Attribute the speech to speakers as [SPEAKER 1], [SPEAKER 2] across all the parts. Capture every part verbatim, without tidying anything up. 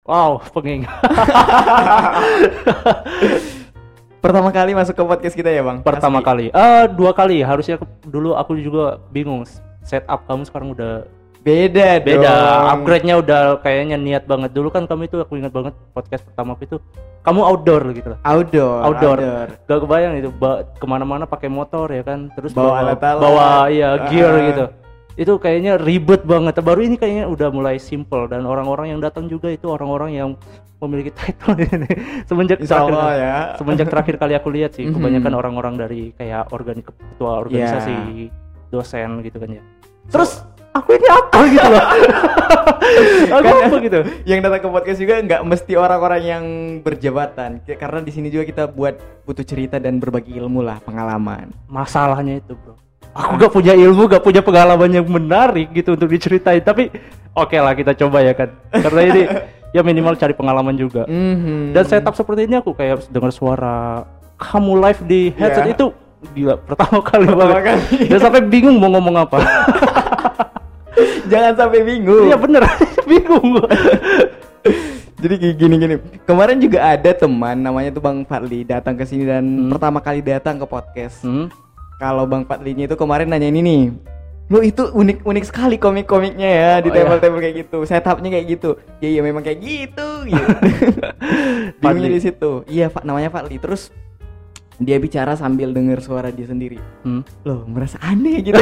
[SPEAKER 1] Wow, penging.
[SPEAKER 2] Pertama kali masuk ke podcast kita ya Bang?
[SPEAKER 1] Pertama
[SPEAKER 2] Asli.
[SPEAKER 1] kali. Eh uh, dua kali. Harusnya ke- dulu aku juga bingung. Setup kamu sekarang udah
[SPEAKER 2] Beda
[SPEAKER 1] beda.
[SPEAKER 2] dong.
[SPEAKER 1] Upgrade-nya udah kayaknya niat banget. Dulu kan kamu itu aku ingat banget podcast pertama aku itu kamu outdoor gitu loh.
[SPEAKER 2] Outdoor.
[SPEAKER 1] Outdoor. Gak kebayang itu ba- kemana-mana pakai motor ya kan. Terus
[SPEAKER 2] Bawa alat-alat.
[SPEAKER 1] bawa iya gear
[SPEAKER 2] Ah.
[SPEAKER 1] gitu. Itu kayaknya ribet banget. Baru ini kayaknya udah mulai simple dan orang-orang yang datang juga itu orang-orang yang memiliki title ini. Semenjak
[SPEAKER 2] Insya
[SPEAKER 1] terakhir
[SPEAKER 2] Allah ya.
[SPEAKER 1] semenjak terakhir kali aku lihat sih,
[SPEAKER 2] Mhm.
[SPEAKER 1] kebanyakan orang-orang dari kayak organik ketua organisasi,
[SPEAKER 2] Yeah.
[SPEAKER 1] dosen gitu kan ya. Terus aku ini apa gitu loh. Aku
[SPEAKER 2] Kan
[SPEAKER 1] apa gitu.
[SPEAKER 2] yang datang ke podcast juga nggak mesti orang-orang yang berjabatan. K- Karena di sini juga kita buat butuh cerita dan berbagi ilmu lah, pengalaman.
[SPEAKER 1] Masalahnya itu, Bro. Aku gak punya ilmu, gak punya pengalaman yang menarik gitu untuk diceritain. Tapi oke lah kita coba ya kan. Karena ini ya minimal cari pengalaman juga.
[SPEAKER 2] Mhm.
[SPEAKER 1] Dan setup seperti ini aku kayak dengar suara kamu live di headset
[SPEAKER 2] Yeah.
[SPEAKER 1] itu gila pertama kali
[SPEAKER 2] Pertama
[SPEAKER 1] banget.
[SPEAKER 2] kali.
[SPEAKER 1] Dan sampai bingung mau ngomong apa.
[SPEAKER 2] Jangan sampai bingung.
[SPEAKER 1] Iya bener, bingung gua.
[SPEAKER 2] Jadi kayak gini-gini. Kemarin juga ada teman namanya tuh Bang Fadli datang ke sini dan
[SPEAKER 1] Hmm.
[SPEAKER 2] pertama kali datang ke podcast.
[SPEAKER 1] Hmm?
[SPEAKER 2] Kalau Bang Fadlinya itu kemarin nanya ini nih. Lo itu unik-unik sekali komik-komiknya ya di
[SPEAKER 1] Oh, iya.
[SPEAKER 2] table-table kayak gitu. Setupnya kayak gitu. Ya iya memang kayak gitu. gitu. Bingungnya
[SPEAKER 1] Fadli.
[SPEAKER 2] di situ. Iya, Pak namanya Fadli. Terus dia bicara sambil dengar suara dia sendiri.
[SPEAKER 1] Hmm.
[SPEAKER 2] Loh, merasa aneh gitu.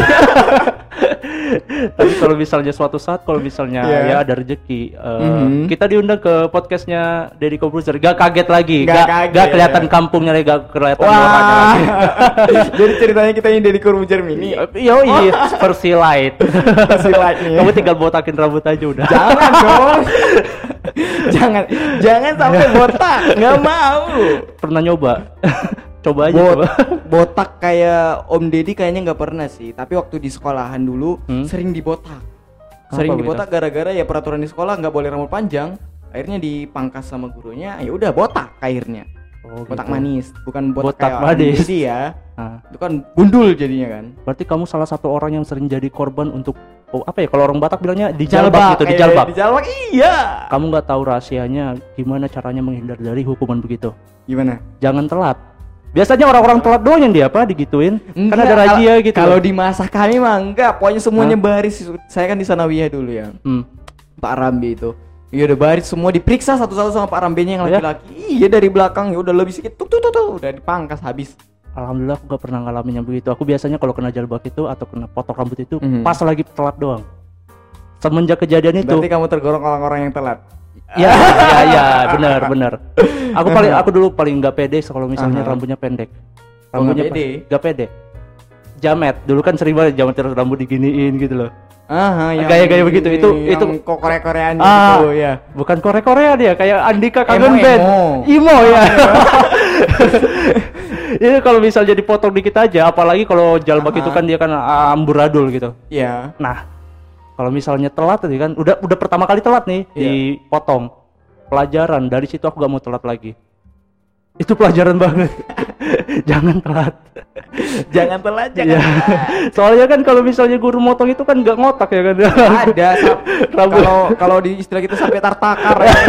[SPEAKER 1] Tapi kalau misalnya suatu saat kalau misalnya
[SPEAKER 2] Iya.
[SPEAKER 1] ya ada rezeki eh,
[SPEAKER 2] Mhm.
[SPEAKER 1] kita diundang ke podcastnya Deddy Corbuzier, gak kaget lagi,
[SPEAKER 2] Gak
[SPEAKER 1] gak,
[SPEAKER 2] kaget,
[SPEAKER 1] gak kelihatan
[SPEAKER 2] ya.
[SPEAKER 1] kampungnya lagi, gak kelihatan orangnya
[SPEAKER 2] Wah.
[SPEAKER 1] lagi.
[SPEAKER 2] Jadi ceritanya kita ini dari Corbuzier Mini.
[SPEAKER 1] Yo iya, versi light.
[SPEAKER 2] Versi light nih ya.
[SPEAKER 1] Kamu tinggal botakin rambut aja udah.
[SPEAKER 2] Jangan dong. jangan jangan sampai botak. Nggak mau.
[SPEAKER 1] Pernah nyoba? Coba aja
[SPEAKER 2] Bot,
[SPEAKER 1] coba.
[SPEAKER 2] botak kayak Om Deddy kayaknya nggak pernah sih. Tapi waktu di sekolahan dulu
[SPEAKER 1] Hmm?
[SPEAKER 2] sering dibotak.
[SPEAKER 1] Kenapa
[SPEAKER 2] Sering
[SPEAKER 1] begitu?
[SPEAKER 2] dibotak gara-gara ya peraturan di sekolah nggak boleh rambut panjang. Akhirnya dipangkas sama gurunya. Ya udah botak akhirnya.
[SPEAKER 1] Oh,
[SPEAKER 2] Botak
[SPEAKER 1] gitu.
[SPEAKER 2] manis, bukan botak,
[SPEAKER 1] Botak
[SPEAKER 2] kayak Om
[SPEAKER 1] manis.
[SPEAKER 2] Deddy ya.
[SPEAKER 1] Nah,
[SPEAKER 2] Itu kan gundul jadinya kan.
[SPEAKER 1] berarti kamu salah satu orang yang sering jadi korban untuk oh, apa ya kalau orang Batak bilangnya dijalbak gitu,
[SPEAKER 2] kayak
[SPEAKER 1] dijalbak.
[SPEAKER 2] Dijalbak iya.
[SPEAKER 1] Kamu nggak tahu rahasianya gimana caranya menghindar dari hukuman begitu.
[SPEAKER 2] Gimana?
[SPEAKER 1] Jangan telat. Biasanya orang-orang telat doang yang dia apa digituin. Kan ada
[SPEAKER 2] Enggak,
[SPEAKER 1] razia
[SPEAKER 2] kalau-
[SPEAKER 1] gitu.
[SPEAKER 2] Kalau di masa kami mah enggak, pokoknya semuanya
[SPEAKER 1] Hah?
[SPEAKER 2] baris. Saya kan di Sanawiyah dulu ya.
[SPEAKER 1] Hmm.
[SPEAKER 2] Pak Rambi itu. Iya udah baris semua diperiksa satu-satu sama Pak Rambinya yang
[SPEAKER 1] Oh, ya?
[SPEAKER 2] laki-laki. Iya dari belakang ya udah lebih sedikit tuk tuk tuk tuk udah dipangkas habis.
[SPEAKER 1] Alhamdulillah aku gak pernah ngalamin yang begitu. Aku biasanya kalau kena jalbak itu atau kena potong rambut itu
[SPEAKER 2] Mhm.
[SPEAKER 1] pas lagi telat doang. Semenjak kejadian itu.
[SPEAKER 2] Berarti kamu tergolong orang-orang yang telat.
[SPEAKER 1] Ya, ya, ya, benar, benar. Aku paling, aku dulu paling nggak pede kalau misalnya
[SPEAKER 2] Aha.
[SPEAKER 1] rambutnya pendek.
[SPEAKER 2] Oh, nggak
[SPEAKER 1] Rambutnya
[SPEAKER 2] pede?
[SPEAKER 1] pas- nggak pede. Jamet, dulu kan sering banget jamet terus rambut diginiin gitu loh.
[SPEAKER 2] Aha, yang
[SPEAKER 1] Gaya-gaya begitu, itu-
[SPEAKER 2] yang
[SPEAKER 1] itu-
[SPEAKER 2] kok Korea-Koreaan
[SPEAKER 1] Ah.
[SPEAKER 2] gitu ya.
[SPEAKER 1] Bukan Korea-Korea dia, kayak Andika
[SPEAKER 2] Emo,
[SPEAKER 1] Kangen Band.
[SPEAKER 2] emo.
[SPEAKER 1] Imo ya. Ini kalau misalnya dipotong dikit aja, apalagi kalau jalbak
[SPEAKER 2] Aha.
[SPEAKER 1] itu kan dia kan amburadul gitu.
[SPEAKER 2] Iya.
[SPEAKER 1] Nah, kalau misalnya telat tadi kan, udah udah pertama kali telat nih
[SPEAKER 2] Iya.
[SPEAKER 1] dipotong. Pelajaran dari situ aku gak mau telat lagi. Itu pelajaran banget. Jangan telat.
[SPEAKER 2] Jangan telat, jangan.
[SPEAKER 1] Iya. Soalnya kan kalau misalnya guru motong itu kan nggak ngotak ya kan.
[SPEAKER 2] Ada sap-
[SPEAKER 1] Rambut.
[SPEAKER 2] kalau kalau di istilah kita sampai tartakar ya.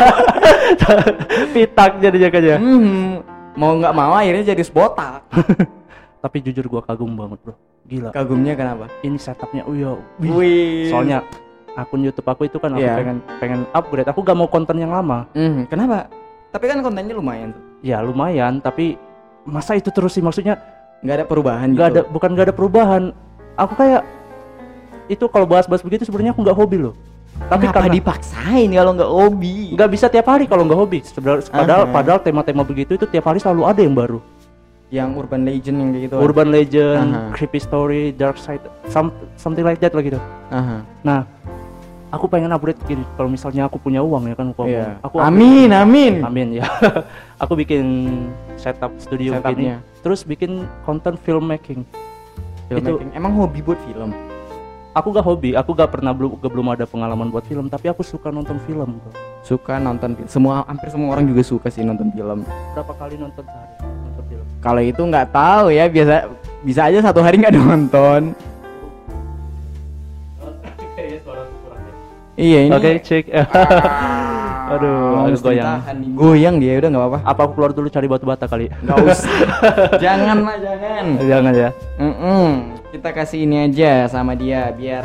[SPEAKER 1] Pitak jadinya kan ya.
[SPEAKER 2] Hmm, mau nggak mau akhirnya jadi botak.
[SPEAKER 1] Tapi jujur gua kagum banget, Bro. Gila.
[SPEAKER 2] Kagumnya kenapa?
[SPEAKER 1] Ini setupnya oh ya.
[SPEAKER 2] Wih.
[SPEAKER 1] Soalnya akun YouTube aku itu kan aku
[SPEAKER 2] Iya.
[SPEAKER 1] pengen pengen upgrade. Aku gak mau konten yang lama.
[SPEAKER 2] Hmm, kenapa? Tapi kan kontennya lumayan tuh.
[SPEAKER 1] Ya lumayan, tapi masa itu terus sih, maksudnya
[SPEAKER 2] Nggak ada perubahan
[SPEAKER 1] nggak
[SPEAKER 2] gitu.
[SPEAKER 1] ada, bukan nggak ada perubahan. Aku kayak itu kalau bahas-bahas begitu sebenarnya aku nggak hobi loh. Tapi
[SPEAKER 2] Kenapa
[SPEAKER 1] karena
[SPEAKER 2] dipaksain kalau nggak hobi?
[SPEAKER 1] nggak bisa tiap hari kalau nggak hobi. Sebenarnya padahal
[SPEAKER 2] Aha.
[SPEAKER 1] padahal tema-tema begitu itu tiap hari selalu ada yang baru.
[SPEAKER 2] Yang urban legend yang kayak gitu.
[SPEAKER 1] Urban legend,
[SPEAKER 2] Aha.
[SPEAKER 1] creepy story, dark side, some, something like that lah gitu.
[SPEAKER 2] Aha.
[SPEAKER 1] Nah, aku pengen upgrade gini. Kalau misalnya aku punya uang ya kan, aku,
[SPEAKER 2] Iya.
[SPEAKER 1] aku
[SPEAKER 2] Amin, amin.
[SPEAKER 1] amin ya. Aku bikin setup studio
[SPEAKER 2] Setupnya.
[SPEAKER 1] begini, terus bikin konten filmmaking.
[SPEAKER 2] Filmmaking. Emang hobi buat film?
[SPEAKER 1] Aku gak hobi, aku gak pernah belum gak belum ada pengalaman buat film, tapi aku suka nonton film. Bro.
[SPEAKER 2] Suka nonton film. Semua hampir semua orang juga suka sih nonton film.
[SPEAKER 1] Berapa kali nonton sehari nonton film?
[SPEAKER 2] Kalau itu nggak tahu ya, biasa bisa aja satu hari nggak nonton.
[SPEAKER 1] Kayaknya suara kurang ya.
[SPEAKER 2] Iya ini.
[SPEAKER 1] Oke, cek. Aduh, agak goyang.
[SPEAKER 2] Ditahan nih. Goyang dia udah nggak apa-apa.
[SPEAKER 1] Apa aku keluar dulu cari batu bata kali?
[SPEAKER 2] Nggak usah. Jangan lah, jangan.
[SPEAKER 1] Jangan ya.
[SPEAKER 2] Mm-mm. Kita kasih ini aja sama dia biar.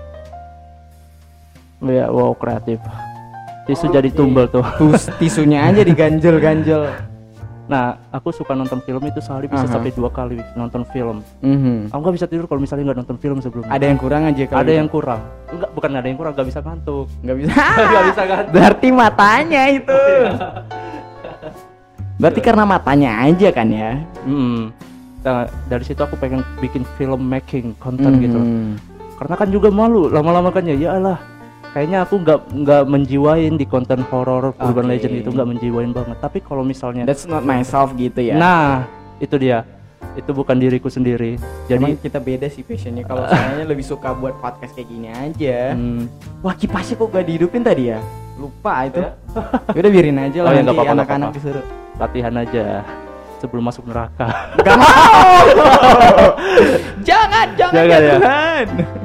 [SPEAKER 1] Ya, wow, kreatif. Tisu
[SPEAKER 2] Oke.
[SPEAKER 1] jadi tumbal tuh.
[SPEAKER 2] Tus, tisunya aja diganjel-ganjel.
[SPEAKER 1] Nah, aku suka nonton film itu sehari bisa
[SPEAKER 2] Aha.
[SPEAKER 1] sampai dua kali nonton film.
[SPEAKER 2] Mhm.
[SPEAKER 1] Aku nggak bisa tidur kalau misalnya nggak nonton film sebelumnya.
[SPEAKER 2] Ada yang kurang aja kalau
[SPEAKER 1] Ada
[SPEAKER 2] gitu.
[SPEAKER 1] yang kurang. Enggak, bukan ada yang kurang, nggak bisa ngantuk.
[SPEAKER 2] nggak bisa.
[SPEAKER 1] Nggak bisa ngantuk.
[SPEAKER 2] Berarti matanya itu. Berarti karena matanya aja kan ya.
[SPEAKER 1] Hmm. Nah, dari situ aku pengen bikin film making konten
[SPEAKER 2] Mhm.
[SPEAKER 1] gitu. Karena kan juga malu lama-lama kan ya, ya Allah. Kayaknya aku nggak nggak menjiwain di konten horor Urban
[SPEAKER 2] Oke.
[SPEAKER 1] Legend itu nggak menjiwain banget. Tapi kalau misalnya,
[SPEAKER 2] That's not myself gitu ya.
[SPEAKER 1] nah itu dia, itu bukan diriku sendiri.
[SPEAKER 2] Jadi
[SPEAKER 1] Jadi,
[SPEAKER 2] kita beda sih passionnya. Kalau saya lebih suka buat podcast kayak gini aja.
[SPEAKER 1] hmm,
[SPEAKER 2] Wah, kipasnya kok gak dihidupin tadi ya? Lupa itu.
[SPEAKER 1] Ya.
[SPEAKER 2] Ya udah biarin aja lah,
[SPEAKER 1] Oh ya,
[SPEAKER 2] nanti
[SPEAKER 1] nggak apa-apa, nggak
[SPEAKER 2] anak-anak
[SPEAKER 1] apa-apa.
[SPEAKER 2] disuruh.
[SPEAKER 1] latihan aja sebelum masuk neraka.
[SPEAKER 2] Gak mau. jangan, jangan,
[SPEAKER 1] Jangan
[SPEAKER 2] ya
[SPEAKER 1] ya.
[SPEAKER 2] Tuhan.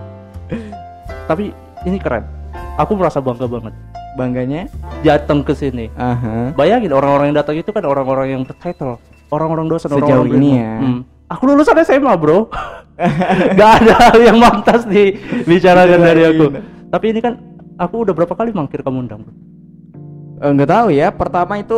[SPEAKER 1] Tapi ini keren. Aku merasa bangga banget
[SPEAKER 2] Bangganya?
[SPEAKER 1] datang ke sini.
[SPEAKER 2] Aha.
[SPEAKER 1] Bayangin orang-orang yang datang itu kan orang-orang yang bertitle, orang-orang dosen,
[SPEAKER 2] Sejauh
[SPEAKER 1] orang-orang
[SPEAKER 2] ini
[SPEAKER 1] berilmu.
[SPEAKER 2] ya.
[SPEAKER 1] Hmm. Aku lulusan S M A bro. Gak ada hal yang mantas dibicarakan dari aku. Tapi ini kan aku udah berapa kali mangkir kamu undang bro?
[SPEAKER 2] Eh, nggak tahu ya. Pertama itu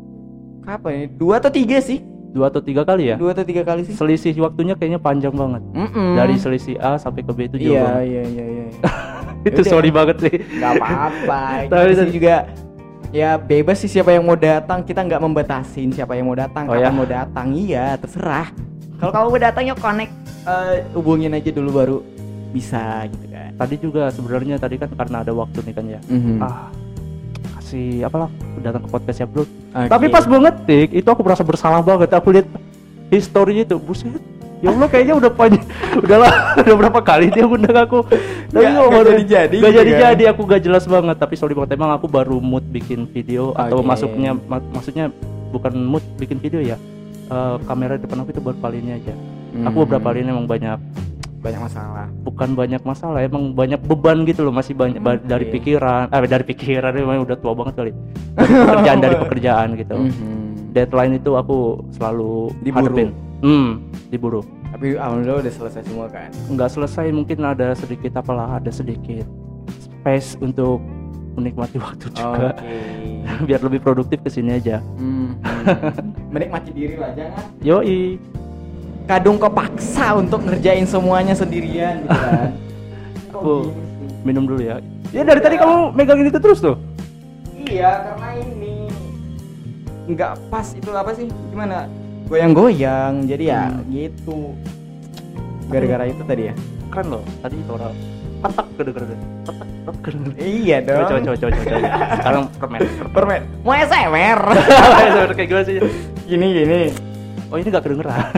[SPEAKER 2] kapan ya? Dua atau tiga sih?
[SPEAKER 1] Dua atau tiga kali ya?
[SPEAKER 2] Dua atau tiga kali sih?
[SPEAKER 1] Selisih waktunya kayaknya panjang banget.
[SPEAKER 2] Mm-mm.
[SPEAKER 1] Dari selisih A sampai ke B itu jauh
[SPEAKER 2] Iya,
[SPEAKER 1] banget.
[SPEAKER 2] iya, iya, iya.
[SPEAKER 1] Itu
[SPEAKER 2] Yaudah.
[SPEAKER 1] sorry banget sih.
[SPEAKER 2] Gak apa-apa.
[SPEAKER 1] Tapi
[SPEAKER 2] Kita
[SPEAKER 1] itu-
[SPEAKER 2] sih juga ya bebas sih siapa yang mau datang. Kita nggak membatasin siapa yang mau datang,
[SPEAKER 1] Oh,
[SPEAKER 2] kapan
[SPEAKER 1] ya?
[SPEAKER 2] mau datang. Iya, terserah. Kalau kamu mau datang yuk connect, eh, hubungin aja dulu baru bisa gitu kan.
[SPEAKER 1] Tadi juga sebenarnya tadi kan karena ada waktu nih kan ya.
[SPEAKER 2] Mhm.
[SPEAKER 1] Ah, kasih apalah datang ke podcast ya bro.
[SPEAKER 2] Oke.
[SPEAKER 1] Tapi pas gue ngetik itu aku merasa bersalah banget. Aku lihat historinya itu, buset. Ya Allah kayaknya udah panjang, udah lah, udah berapa kali dia undang aku. Tapi
[SPEAKER 2] Nggak-
[SPEAKER 1] kok
[SPEAKER 2] nggak
[SPEAKER 1] baru-
[SPEAKER 2] jadi-jadi
[SPEAKER 1] nggak
[SPEAKER 2] gitu
[SPEAKER 1] jadi-jadi, aku gak jelas banget. Tapi sorry banget emang aku baru mood bikin video atau
[SPEAKER 2] Oke.
[SPEAKER 1] masuknya, mak- maksudnya bukan mood bikin video ya. Eh, kamera depan aku itu baru kali ini aja. Aku
[SPEAKER 2] Mhm.
[SPEAKER 1] beberapa kali ini emang banyak,
[SPEAKER 2] banyak masalah.
[SPEAKER 1] bukan banyak masalah, emang banyak beban gitu loh, masih banyak ba-
[SPEAKER 2] Oke.
[SPEAKER 1] dari pikiran, eh dari pikiran emang udah tua banget kali. Dari pekerjaan dari pekerjaan gitu.
[SPEAKER 2] Mhm.
[SPEAKER 1] Deadline itu aku selalu
[SPEAKER 2] Diburu.
[SPEAKER 1] hadepin. Hmm, diburu.
[SPEAKER 2] Tapi alhamdulillah udah selesai semua kan.
[SPEAKER 1] Nggak selesai, mungkin ada sedikit apalah, ada sedikit space untuk menikmati waktu juga.
[SPEAKER 2] Oke.
[SPEAKER 1] Biar lebih produktif kesini aja.
[SPEAKER 2] Mhm. Menikmati diri lah, jangan
[SPEAKER 1] Yoi.
[SPEAKER 2] kadung kepaksa untuk ngerjain semuanya sendirian gitu kan. Kok
[SPEAKER 1] Aku
[SPEAKER 2] gini sih?
[SPEAKER 1] minum dulu ya. Ya dari tadi kamu megangin itu terus tuh.
[SPEAKER 2] Iya, karena ini nggak pas itu apa sih? Gimana? Goyang-goyang. Jadi ya
[SPEAKER 1] Hmm.
[SPEAKER 2] gitu. Gara-gara itu tadi ya.
[SPEAKER 1] Keren loh. Tadi suara petak kedengeran. Petak petak kedengeran.
[SPEAKER 2] Iya dong.
[SPEAKER 1] Coba coba coba coba. coba. Sekarang permen.
[SPEAKER 2] Permen. Mau S M R.
[SPEAKER 1] Permen. Kayak gimana sih?
[SPEAKER 2] Gini gini.
[SPEAKER 1] Oh ini nggak kedengeran.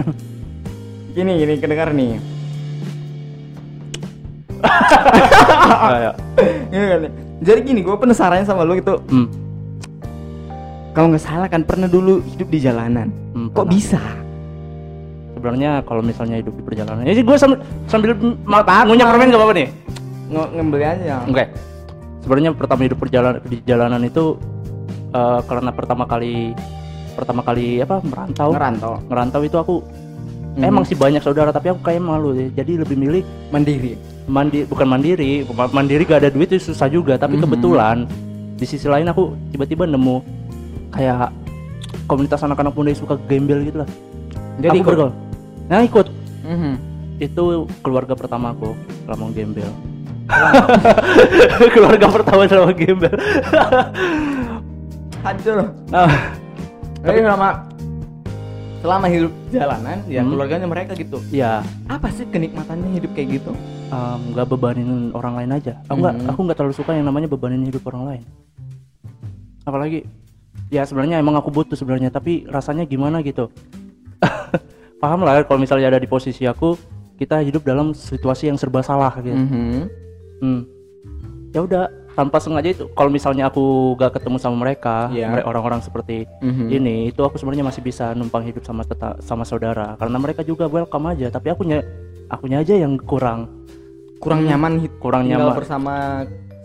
[SPEAKER 2] Gini gini kedengar nih.
[SPEAKER 1] Kayak.
[SPEAKER 2] Gini kan. Jadi gini, gue penasaran sama lu itu.
[SPEAKER 1] Hmm.
[SPEAKER 2] Kalau nggak salah kan pernah dulu hidup di jalanan.
[SPEAKER 1] Hmm,
[SPEAKER 2] Kok
[SPEAKER 1] pernah.
[SPEAKER 2] bisa?
[SPEAKER 1] Sebenarnya kalau misalnya hidup di perjalanan, ya sih gue sambil sambil ma-
[SPEAKER 2] apa-apa.
[SPEAKER 1] ngunyah permen gak apa-apa nih.
[SPEAKER 2] Nge- ngambil aja.
[SPEAKER 1] Oke. Sebenarnya pertama hidup perjalanan di jalanan itu eh, karena pertama kali pertama kali apa merantau.
[SPEAKER 2] Ngerantau.
[SPEAKER 1] Ngerantau itu aku
[SPEAKER 2] Mhm.
[SPEAKER 1] emang sih banyak saudara tapi aku kayak malu ya. Jadi lebih milih
[SPEAKER 2] Mandiri.
[SPEAKER 1] mandi bukan mandiri. Ma- Mandiri gak ada duit itu susah juga, tapi
[SPEAKER 2] Mhm.
[SPEAKER 1] kebetulan di sisi lain aku tiba-tiba nemu kayak komunitas anak-anak muda yang suka gembel gitu lah.
[SPEAKER 2] Jadi
[SPEAKER 1] Aku
[SPEAKER 2] ikut.
[SPEAKER 1] bergaul. Nah ikut.
[SPEAKER 2] Mhm.
[SPEAKER 1] Itu keluarga pertama aku selama gembel. Keluarga pertama selama gembel.
[SPEAKER 2] Hancur.
[SPEAKER 1] Nah,
[SPEAKER 2] Jadi selama selama hidup jalanan ya
[SPEAKER 1] Hmm.
[SPEAKER 2] keluarganya mereka gitu.
[SPEAKER 1] ya
[SPEAKER 2] Apa sih kenikmatannya hidup kayak gitu?
[SPEAKER 1] nggak bebanin orang lain aja. Aku nggak,
[SPEAKER 2] Mhm.
[SPEAKER 1] aku nggak terlalu suka yang namanya bebanin hidup orang lain. Apalagi, ya sebenarnya emang aku butuh sebenarnya, tapi rasanya gimana gitu. Paham lah kalau misalnya ada di posisi aku, kita hidup dalam situasi yang serba salah gitu.
[SPEAKER 2] Mhm.
[SPEAKER 1] Hmm. Ya udah, tanpa sengaja itu. Kalau misalnya aku gak ketemu sama mereka,
[SPEAKER 2] Iya.
[SPEAKER 1] mere- orang-orang seperti
[SPEAKER 2] Mhm.
[SPEAKER 1] ini, itu aku sebenarnya masih bisa numpang hidup sama teta, sama saudara. Karena mereka juga welcome aja, tapi akunya akunya aja yang kurang
[SPEAKER 2] kurang
[SPEAKER 1] Hmm.
[SPEAKER 2] nyaman hit-
[SPEAKER 1] kurang
[SPEAKER 2] tinggal
[SPEAKER 1] nyaman.
[SPEAKER 2] bersama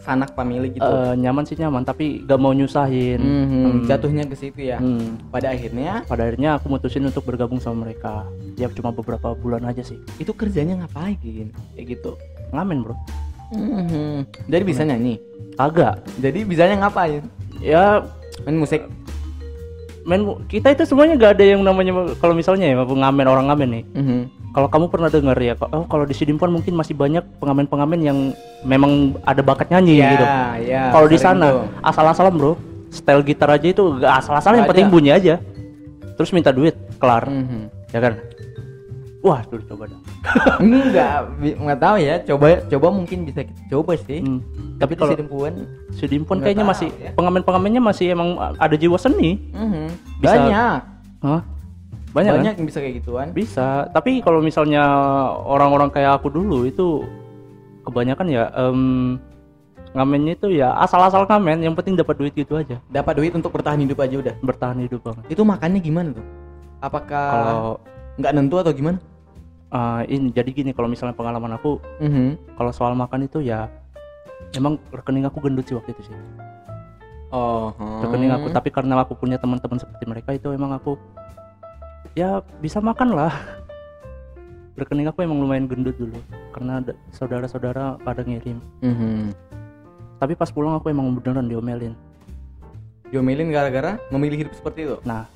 [SPEAKER 2] sanak family gitu.
[SPEAKER 1] Eh, nyaman sih nyaman, tapi gak mau nyusahin.
[SPEAKER 2] Mhm,
[SPEAKER 1] Hmm.
[SPEAKER 2] Jatuhnya ke situ ya.
[SPEAKER 1] Hmm.
[SPEAKER 2] Pada akhirnya
[SPEAKER 1] Pada akhirnya aku mutusin untuk bergabung sama mereka. Ya cuma beberapa bulan aja sih.
[SPEAKER 2] itu kerjanya ngapain kayak gitu?
[SPEAKER 1] Ngamen bro.
[SPEAKER 2] Mhm. Jadi bisa nyanyi.
[SPEAKER 1] Agak.
[SPEAKER 2] Jadi bisanya ngapain?
[SPEAKER 1] Ya
[SPEAKER 2] Main musik.
[SPEAKER 1] men kita itu semuanya gak ada yang namanya kalau misalnya ya ngamen, orang ngamen nih.
[SPEAKER 2] Mhm.
[SPEAKER 1] Kalau kamu pernah dengar ya, oh kalau di Sidimpuan mungkin masih banyak pengamen-pengamen yang memang ada bakat nyanyi
[SPEAKER 2] Ya,
[SPEAKER 1] gitu.
[SPEAKER 2] ya,
[SPEAKER 1] Kalau di
[SPEAKER 2] sering
[SPEAKER 1] sana
[SPEAKER 2] tuh.
[SPEAKER 1] asal-asalan bro, style gitar aja itu gak asal-asalan, yang
[SPEAKER 2] Gak
[SPEAKER 1] penting
[SPEAKER 2] ada.
[SPEAKER 1] bunyi aja. Terus minta duit, kelar,
[SPEAKER 2] Mhm.
[SPEAKER 1] ya kan? Wah, dulu coba dah.
[SPEAKER 2] Enggak, bi- nggak tahu ya. Coba coba mungkin bisa kita coba sih.
[SPEAKER 1] Hmm.
[SPEAKER 2] Tapi
[SPEAKER 1] Tapi
[SPEAKER 2] di
[SPEAKER 1] kalau
[SPEAKER 2] Sidimpuan,
[SPEAKER 1] Sidimpuan
[SPEAKER 2] nggak
[SPEAKER 1] kayaknya
[SPEAKER 2] tahu
[SPEAKER 1] masih
[SPEAKER 2] ya.
[SPEAKER 1] pengamen-pengamennya masih emang ada jiwa seni.
[SPEAKER 2] mhm,
[SPEAKER 1] Bisa-
[SPEAKER 2] banyak.
[SPEAKER 1] Hah? Banyak,
[SPEAKER 2] Banyak
[SPEAKER 1] kan?
[SPEAKER 2] yang bisa kayak gituan.
[SPEAKER 1] Bisa. Tapi kalau misalnya orang-orang kayak aku dulu itu kebanyakan ya em, ngamennya itu ya asal-asal ngamen, yang penting dapat duit gitu aja.
[SPEAKER 2] Dapat duit untuk bertahan hidup aja udah.
[SPEAKER 1] Bertahan hidup banget.
[SPEAKER 2] Itu makannya gimana tuh? Apakah
[SPEAKER 1] Kalau
[SPEAKER 2] nggak nentu atau gimana?
[SPEAKER 1] uh, ini jadi gini, kalau misalnya pengalaman aku
[SPEAKER 2] Mhm.
[SPEAKER 1] kalau soal makan itu ya emang rekening aku gendut sih waktu itu sih.
[SPEAKER 2] Oh.
[SPEAKER 1] Rekening aku, tapi karena aku punya teman-teman seperti mereka itu emang aku ya bisa makan lah. Rekening aku emang lumayan gendut dulu karena ada saudara-saudara pada ngirim.
[SPEAKER 2] Mhm.
[SPEAKER 1] Tapi pas pulang aku emang beneran diomelin.
[SPEAKER 2] Diomelin gara-gara memilih hidup seperti itu.
[SPEAKER 1] Nah,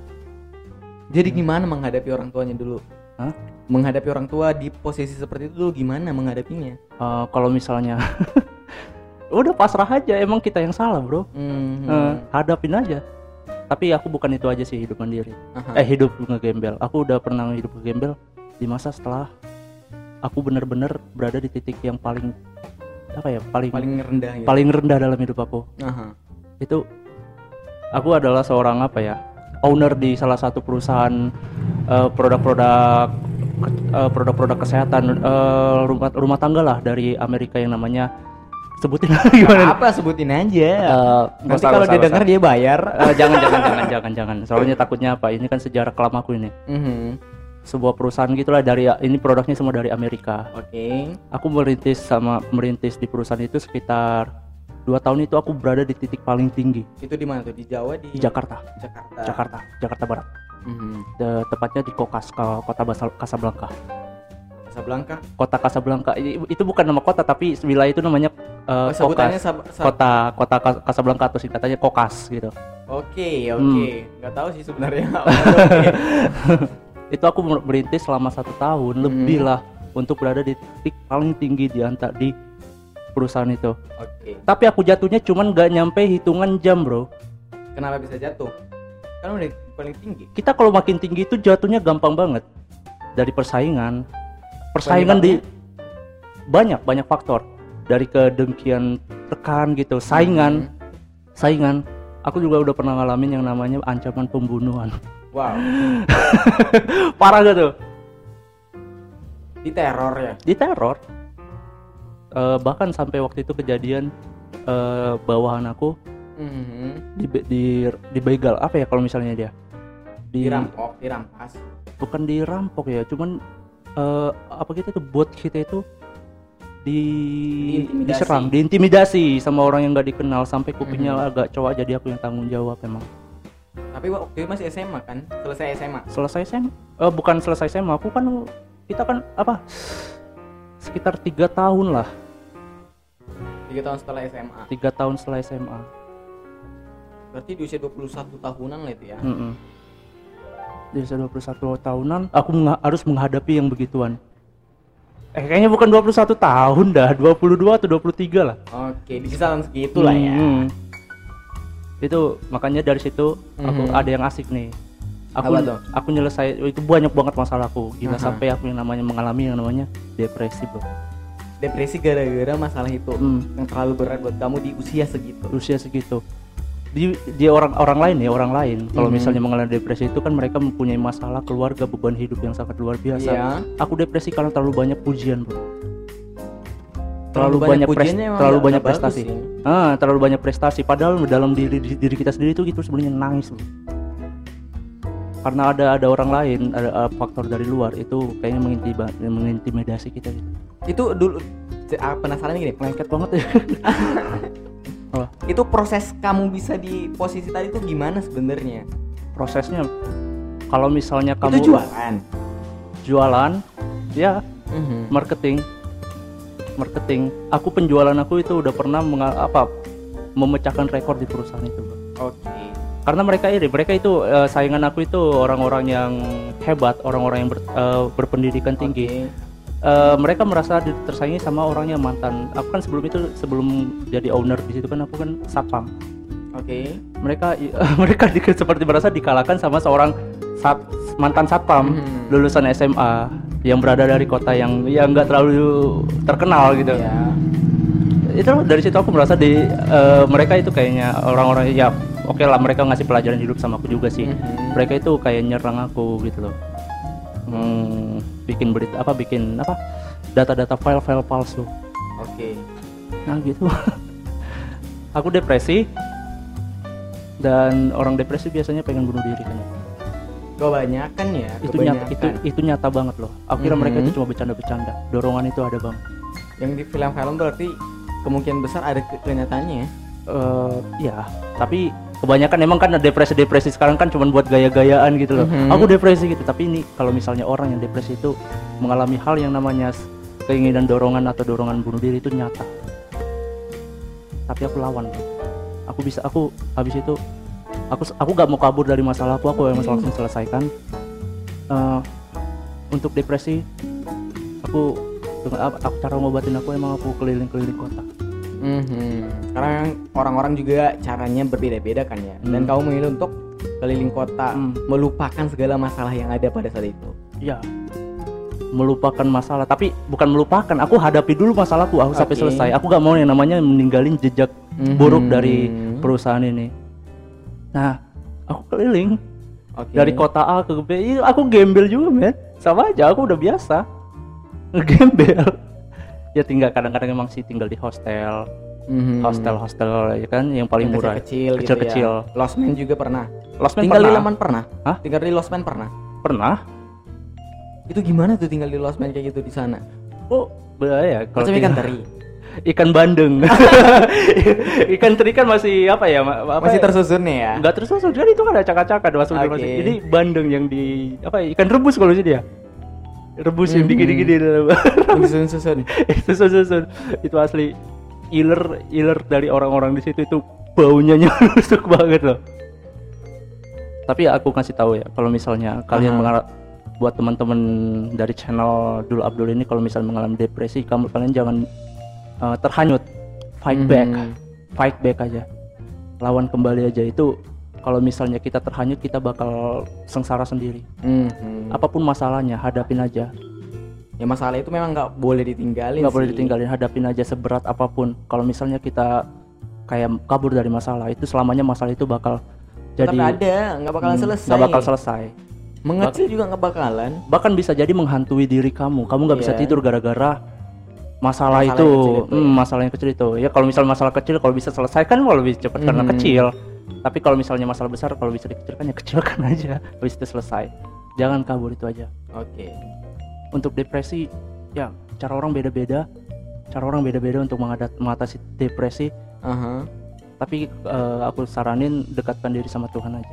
[SPEAKER 2] Jadi gimana menghadapi orang tuanya dulu?
[SPEAKER 1] Hah?
[SPEAKER 2] Menghadapi orang tua di posisi seperti itu dulu gimana menghadapinya?
[SPEAKER 1] uh, kalau misalnya udah pasrah aja, emang kita yang salah bro.
[SPEAKER 2] Mhm.
[SPEAKER 1] Uh, hadapin aja. Tapi aku bukan itu aja sih hidup mandiri.
[SPEAKER 2] Aha.
[SPEAKER 1] Eh hidup ngegembel. Aku udah pernah hidup ngegembel di masa setelah aku benar-benar berada di titik yang paling apa ya paling
[SPEAKER 2] Paling rendah gitu.
[SPEAKER 1] paling rendah dalam hidup aku.
[SPEAKER 2] Aha.
[SPEAKER 1] Itu aku adalah seorang apa ya owner di salah satu perusahaan eh, produk-produk eh, produk-produk kesehatan eh, rumah rumah tangga lah dari Amerika yang namanya sebutin gimana nih?
[SPEAKER 2] Apa sebutin aja.
[SPEAKER 1] Eh,
[SPEAKER 2] Nanti
[SPEAKER 1] usah,
[SPEAKER 2] kalau
[SPEAKER 1] usah,
[SPEAKER 2] dia
[SPEAKER 1] usah.
[SPEAKER 2] denger dia bayar.
[SPEAKER 1] Eh, jangan jangan jangan jangan jangan soalnya takutnya apa, ini kan sejarah kelam aku ini.
[SPEAKER 2] Mhm.
[SPEAKER 1] Sebuah perusahaan gitulah dari ini, produknya semua dari Amerika.
[SPEAKER 2] Oke.
[SPEAKER 1] Aku merintis sama merintis di perusahaan itu sekitar dua tahun. Itu aku berada di titik paling tinggi
[SPEAKER 2] Itu di mana tuh? Di Jawa, di
[SPEAKER 1] di Jakarta.
[SPEAKER 2] Jakarta.
[SPEAKER 1] Jakarta, Jakarta Barat.
[SPEAKER 2] Mhm.
[SPEAKER 1] Te- tepatnya di Kokas, Ka- kota Basal- Casablanca.
[SPEAKER 2] Casablanca.
[SPEAKER 1] Kota Casablanca I- itu bukan nama kota, tapi wilayah itu namanya eh,
[SPEAKER 2] Oh, sebutannya
[SPEAKER 1] Kokas.
[SPEAKER 2] sab- sab-
[SPEAKER 1] Kota kota Cas- Casablanca atau singkatannya Kokas gitu.
[SPEAKER 2] Oke,
[SPEAKER 1] Hmm.
[SPEAKER 2] oke. Nggak tahu sih sebenarnya. Oke.
[SPEAKER 1] Itu aku mer- merintis selama satu tahun
[SPEAKER 2] Hmm.
[SPEAKER 1] lebih lah untuk berada di titik paling tinggi di antara di perusahaan itu.
[SPEAKER 2] Oke.
[SPEAKER 1] Tapi aku jatuhnya cuman gak nyampe hitungan jam bro.
[SPEAKER 2] Kenapa bisa jatuh? Kan udah paling tinggi.
[SPEAKER 1] Kita kalau makin tinggi itu jatuhnya gampang banget. Dari persaingan, persaingan di banyak banyak faktor. Dari kedengkian rekan gitu, saingan,
[SPEAKER 2] Mhm.
[SPEAKER 1] saingan. Aku juga udah pernah ngalamin yang namanya ancaman pembunuhan.
[SPEAKER 2] Wow.
[SPEAKER 1] Parah gak tuh?
[SPEAKER 2] Di teror ya.
[SPEAKER 1] Di teror. Eh, bahkan sampai waktu itu kejadian eh, bawahan aku
[SPEAKER 2] Mhm.
[SPEAKER 1] di di dibegal apa ya kalau misalnya dia di
[SPEAKER 2] Dirampok, dirampas.
[SPEAKER 1] bukan dirampok ya, cuman eh, apa gitu tuh buat kita itu di
[SPEAKER 2] Diintimidasi.
[SPEAKER 1] diserang, diintimidasi sama orang yang nggak dikenal sampai kupingnya
[SPEAKER 2] Mhm.
[SPEAKER 1] agak cowok, jadi aku yang tanggung jawab emang.
[SPEAKER 2] Tapi waktu itu masih S M A kan? Selesai S M A.
[SPEAKER 1] Selesai S M A, eh, bukan selesai S M A, aku kan kita kan apa sekitar tiga tahun lah,
[SPEAKER 2] tiga tahun setelah S M A.
[SPEAKER 1] tiga tahun setelah S M A.
[SPEAKER 2] Berarti di usia dua puluh satu tahunan lah itu ya.
[SPEAKER 1] Mm-mm. Di usia dua puluh satu tahunan aku mengha- harus menghadapi yang begituan. Eh kayaknya bukan dua puluh satu tahun dah, dua puluh dua atau dua puluh tiga lah.
[SPEAKER 2] Oke, di kisaran segitu lah ya.
[SPEAKER 1] Hmm. Itu makanya dari situ aku
[SPEAKER 2] Mhm.
[SPEAKER 1] ada yang asik nih. Aku
[SPEAKER 2] Apa tuh?
[SPEAKER 1] aku nyelesai itu banyak banget masalahku. Gila,
[SPEAKER 2] Aha.
[SPEAKER 1] sampai aku yang namanya mengalami yang namanya depresi, Bro.
[SPEAKER 2] Depresi gara-gara masalah itu
[SPEAKER 1] Hmm.
[SPEAKER 2] yang terlalu berat buat kamu di usia segitu.
[SPEAKER 1] Usia segitu. Di dia orang orang lain ya, orang lain. Kalau
[SPEAKER 2] Mhm.
[SPEAKER 1] misalnya mengalami depresi itu kan mereka mempunyai masalah keluarga, beban hidup yang sangat luar biasa.
[SPEAKER 2] Iya.
[SPEAKER 1] Aku depresi karena terlalu banyak pujian, Bro.
[SPEAKER 2] Terlalu
[SPEAKER 1] Terlalu
[SPEAKER 2] banyak
[SPEAKER 1] banyak, pres-
[SPEAKER 2] pujiannya emang
[SPEAKER 1] terlalu
[SPEAKER 2] nggak-
[SPEAKER 1] banyak
[SPEAKER 2] nggak bagus
[SPEAKER 1] prestasi.
[SPEAKER 2] sih.
[SPEAKER 1] Ah, terlalu banyak prestasi padahal dalam diri diri kita sendiri itu gitu sebenarnya nangis, Bro. Karena ada ada orang lain, ada uh, faktor dari luar itu kayaknya mengintiba- mengintimidasi kita gitu.
[SPEAKER 2] Itu dulu C- ah, penasaran gini,
[SPEAKER 1] lengket banget ya. Oh,
[SPEAKER 2] itu proses kamu bisa di posisi tadi itu gimana sebenarnya?
[SPEAKER 1] prosesnya kalau misalnya kamu
[SPEAKER 2] Itu jualan.
[SPEAKER 1] jualan ya
[SPEAKER 2] Mhm.
[SPEAKER 1] marketing marketing aku penjualan aku itu udah pernah menga- apa memecahkan rekor di perusahaan itu, bro.
[SPEAKER 2] Oke.
[SPEAKER 1] Karena mereka iri mereka itu eh, saingan aku itu orang-orang yang hebat, orang-orang yang ber- eh, berpendidikan tinggi.
[SPEAKER 2] Oke.
[SPEAKER 1] Eh, mereka merasa di- tersaingi sama orangnya mantan. Aku kan sebelum itu sebelum jadi owner di situ kan aku kan satpam.
[SPEAKER 2] Oke.
[SPEAKER 1] Mereka mereka di- seperti merasa dikalahkan sama seorang sat, mantan satpam
[SPEAKER 2] Mhm.
[SPEAKER 1] lulusan S M A yang berada dari kota yang yang nggak terlalu terkenal gitu.
[SPEAKER 2] Ya.
[SPEAKER 1] Itu dari situ aku merasa di eh, mereka itu kayaknya orang-orang ya oke lah mereka ngasih pelajaran hidup sama aku juga sih.
[SPEAKER 2] Mhm.
[SPEAKER 1] Mereka itu kayak nyerang aku gitu loh. Hmm, bikin berita apa bikin apa data-data file-file palsu.
[SPEAKER 2] Oke.
[SPEAKER 1] Nah gitu. Aku depresi dan orang depresi biasanya pengen bunuh diri kan.
[SPEAKER 2] Kebanyakan ya.
[SPEAKER 1] Itu nyata itu
[SPEAKER 2] kebanyakan.
[SPEAKER 1] itu nyata banget loh. Aku kira mereka
[SPEAKER 2] Mhm.
[SPEAKER 1] itu cuma bercanda-bercanda. Dorongan itu ada bang.
[SPEAKER 2] Yang di film-film berarti kemungkinan besar ada ke- kenyataannya ya.
[SPEAKER 1] Eh ya, tapi kebanyakan emang kan depresi-depresi sekarang kan cuma buat gaya-gayaan gitu loh.
[SPEAKER 2] Mhm.
[SPEAKER 1] Aku depresi gitu, tapi ini kalau misalnya orang yang depresi itu mengalami hal yang namanya s- keinginan dorongan atau dorongan bunuh diri itu nyata. Tapi aku lawan. Bro. Aku bisa aku habis itu aku aku gak mau kabur dari masalahku, aku yang langsung selesaikan. Eh, untuk depresi aku dengan apa aku cara ngobatin aku emang aku keliling-keliling kota.
[SPEAKER 2] Mhm. Sekarang orang-orang juga caranya berbeda-beda kan ya. Dan
[SPEAKER 1] Hmm.
[SPEAKER 2] kamu memilih untuk keliling kota,
[SPEAKER 1] Hmm.
[SPEAKER 2] melupakan segala masalah yang ada pada saat itu.
[SPEAKER 1] Ya, melupakan masalah, tapi bukan melupakan, aku hadapi dulu masalahku, aku sampai
[SPEAKER 2] Oke.
[SPEAKER 1] selesai. Aku gak mau yang namanya meninggalin jejak
[SPEAKER 2] Mhm.
[SPEAKER 1] buruk dari perusahaan ini. Nah, aku keliling
[SPEAKER 2] Oke.
[SPEAKER 1] dari kota A ke B, iya, aku gembel juga men, sama aja, aku udah biasa ngegembel. Ya tinggal kadang-kadang emang sih tinggal di hostel,
[SPEAKER 2] Mhm.
[SPEAKER 1] hostel-hostel ya kan, yang paling
[SPEAKER 2] Yang
[SPEAKER 1] murah,
[SPEAKER 2] kecil-kecil,
[SPEAKER 1] kecil-kecil.
[SPEAKER 2] gitu ya. Lostman juga pernah.
[SPEAKER 1] Lostman
[SPEAKER 2] Tinggal di
[SPEAKER 1] pernah,
[SPEAKER 2] Laman pernah?
[SPEAKER 1] Hah?
[SPEAKER 2] Tinggal di Lostman pernah?
[SPEAKER 1] pernah.
[SPEAKER 2] Itu gimana tuh tinggal di Lostman kayak gitu di sana?
[SPEAKER 1] Oh, bahaya kalau
[SPEAKER 2] Macam ikan
[SPEAKER 1] tinggal-
[SPEAKER 2] teri.
[SPEAKER 1] ikan bandeng. Ikan teri kan masih apa ya? ma- Apa
[SPEAKER 2] Masih
[SPEAKER 1] ya?
[SPEAKER 2] tersusun ya?
[SPEAKER 1] Enggak tersusun, jadi itu kan ada cakak-cakak masuk
[SPEAKER 2] Oke.
[SPEAKER 1] masuk. Jadi bandeng yang di apa ya, ikan rebus kalau sih dia. Rebus yang
[SPEAKER 2] Mhm.
[SPEAKER 1] digini-gini
[SPEAKER 2] Yang disusun-susun.
[SPEAKER 1] itu susun itu asli iler iler dari orang-orang di situ itu baunya nyusuk banget loh. Tapi aku kasih tahu ya, kalau misalnya kalian
[SPEAKER 2] Aha.
[SPEAKER 1] mengalami buat teman-teman dari channel Dul Abdul ini kalau misalnya mengalami depresi, kamu kalian jangan uh, terhanyut, fight back,
[SPEAKER 2] Mhm.
[SPEAKER 1] fight back aja, lawan kembali aja. Itu kalau misalnya kita terhanyut kita bakal sengsara sendiri.
[SPEAKER 2] Mhm.
[SPEAKER 1] Apapun masalahnya hadapin aja,
[SPEAKER 2] Ya masalah itu memang nggak boleh ditinggalin.
[SPEAKER 1] nggak boleh
[SPEAKER 2] sih.
[SPEAKER 1] ditinggalin, hadapin aja seberat apapun. Kalau misalnya kita kayak kabur dari masalah itu, selamanya masalah itu bakal
[SPEAKER 2] Tetap
[SPEAKER 1] jadi
[SPEAKER 2] ada, nggak bakalan
[SPEAKER 1] hmm,
[SPEAKER 2] selesai.
[SPEAKER 1] nggak bakal selesai.
[SPEAKER 2] Mengecil juga nggak bakalan.
[SPEAKER 1] Bahkan bisa jadi menghantui diri kamu. Kamu nggak bisa
[SPEAKER 2] Iya.
[SPEAKER 1] tidur gara-gara
[SPEAKER 2] Masalah
[SPEAKER 1] masalah, itu.
[SPEAKER 2] yang kecil itu,
[SPEAKER 1] Hmm,
[SPEAKER 2] ya.
[SPEAKER 1] masalah yang kecil itu. Ya kalau misalnya masalah kecil kalau bisa selesaikan kalau lebih cepat karena
[SPEAKER 2] Mhm.
[SPEAKER 1] kecil. Tapi kalau misalnya masalah besar kalau bisa dikecilkan ya kecilkan aja. Habis itu selesai. Jangan kabur, itu aja.
[SPEAKER 2] Oke.
[SPEAKER 1] Untuk depresi ya cara orang beda-beda. Cara orang beda-beda untuk menghadap- mengatasi depresi.
[SPEAKER 2] Aha.
[SPEAKER 1] Tapi eh, aku saranin dekatkan diri sama Tuhan aja.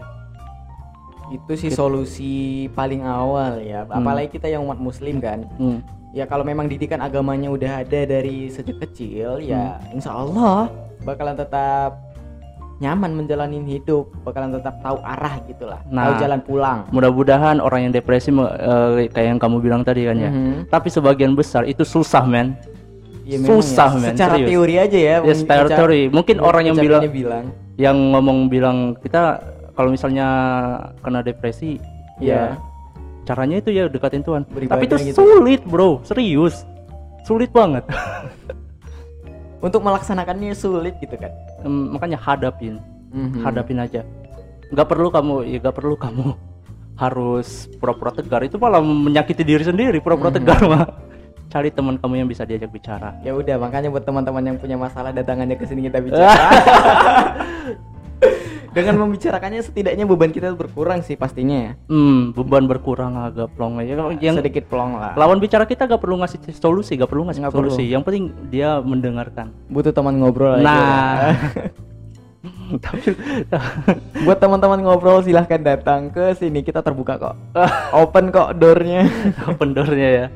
[SPEAKER 2] Itu sih solusi paling awal ya. Apalagi kita yang umat muslim kan.
[SPEAKER 1] Hmm.
[SPEAKER 2] Ya kalau memang didikan agamanya udah ada dari sejak kecil, ya
[SPEAKER 1] Hmm.
[SPEAKER 2] insya Allah bakalan tetap nyaman menjalani hidup, bakalan tetap tahu arah gitulah,
[SPEAKER 1] Nah.
[SPEAKER 2] tahu jalan pulang.
[SPEAKER 1] Mudah-mudahan orang yang depresi me- eh, kayak yang kamu bilang tadi kan ya.
[SPEAKER 2] Mhm.
[SPEAKER 1] Tapi sebagian besar itu susah men.
[SPEAKER 2] Ya, memang
[SPEAKER 1] Susah,
[SPEAKER 2] ya.
[SPEAKER 1] men,
[SPEAKER 2] Secara
[SPEAKER 1] serius.
[SPEAKER 2] teori aja ya.
[SPEAKER 1] Ya secara
[SPEAKER 2] ucap-
[SPEAKER 1] teori. Mungkin orang yang bilang,
[SPEAKER 2] ucapannya bilang.
[SPEAKER 1] yang ngomong bilang kita kalau misalnya kena depresi,
[SPEAKER 2] Iya.
[SPEAKER 1] ya caranya itu ya dekatin Tuhan.
[SPEAKER 2] Beribadah
[SPEAKER 1] Tapi itu
[SPEAKER 2] gitu.
[SPEAKER 1] sulit bro, serius, sulit banget.
[SPEAKER 2] Untuk melaksanakannya sulit gitu kan.
[SPEAKER 1] Em, Makanya hadapin,
[SPEAKER 2] Mhm.
[SPEAKER 1] hadapin aja. Gak perlu kamu, ya gak perlu kamu harus pura-pura tegar. Itu malah menyakiti diri sendiri. Pura-pura
[SPEAKER 2] Mhm.
[SPEAKER 1] tegar mah. Cari teman kamu yang bisa diajak bicara.
[SPEAKER 2] Ya udah, makanya buat teman-teman yang punya masalah datangannya ke sini kita bicara. Dengan membicarakannya setidaknya beban kita berkurang sih pastinya ya.
[SPEAKER 1] Hmm, beban berkurang agak plong aja. Yang
[SPEAKER 2] sedikit plong lah.
[SPEAKER 1] Lawan bicara kita gak perlu ngasih solusi, gak perlu ngasih
[SPEAKER 2] Nggak
[SPEAKER 1] solusi.
[SPEAKER 2] perlu.
[SPEAKER 1] Yang penting dia mendengarkan.
[SPEAKER 2] Butuh teman ngobrol aja.
[SPEAKER 1] Nah, tapi
[SPEAKER 2] Buat teman-teman ngobrol silahkan datang ke sini, kita terbuka kok. Open kok doornya.
[SPEAKER 1] open door-nya ya.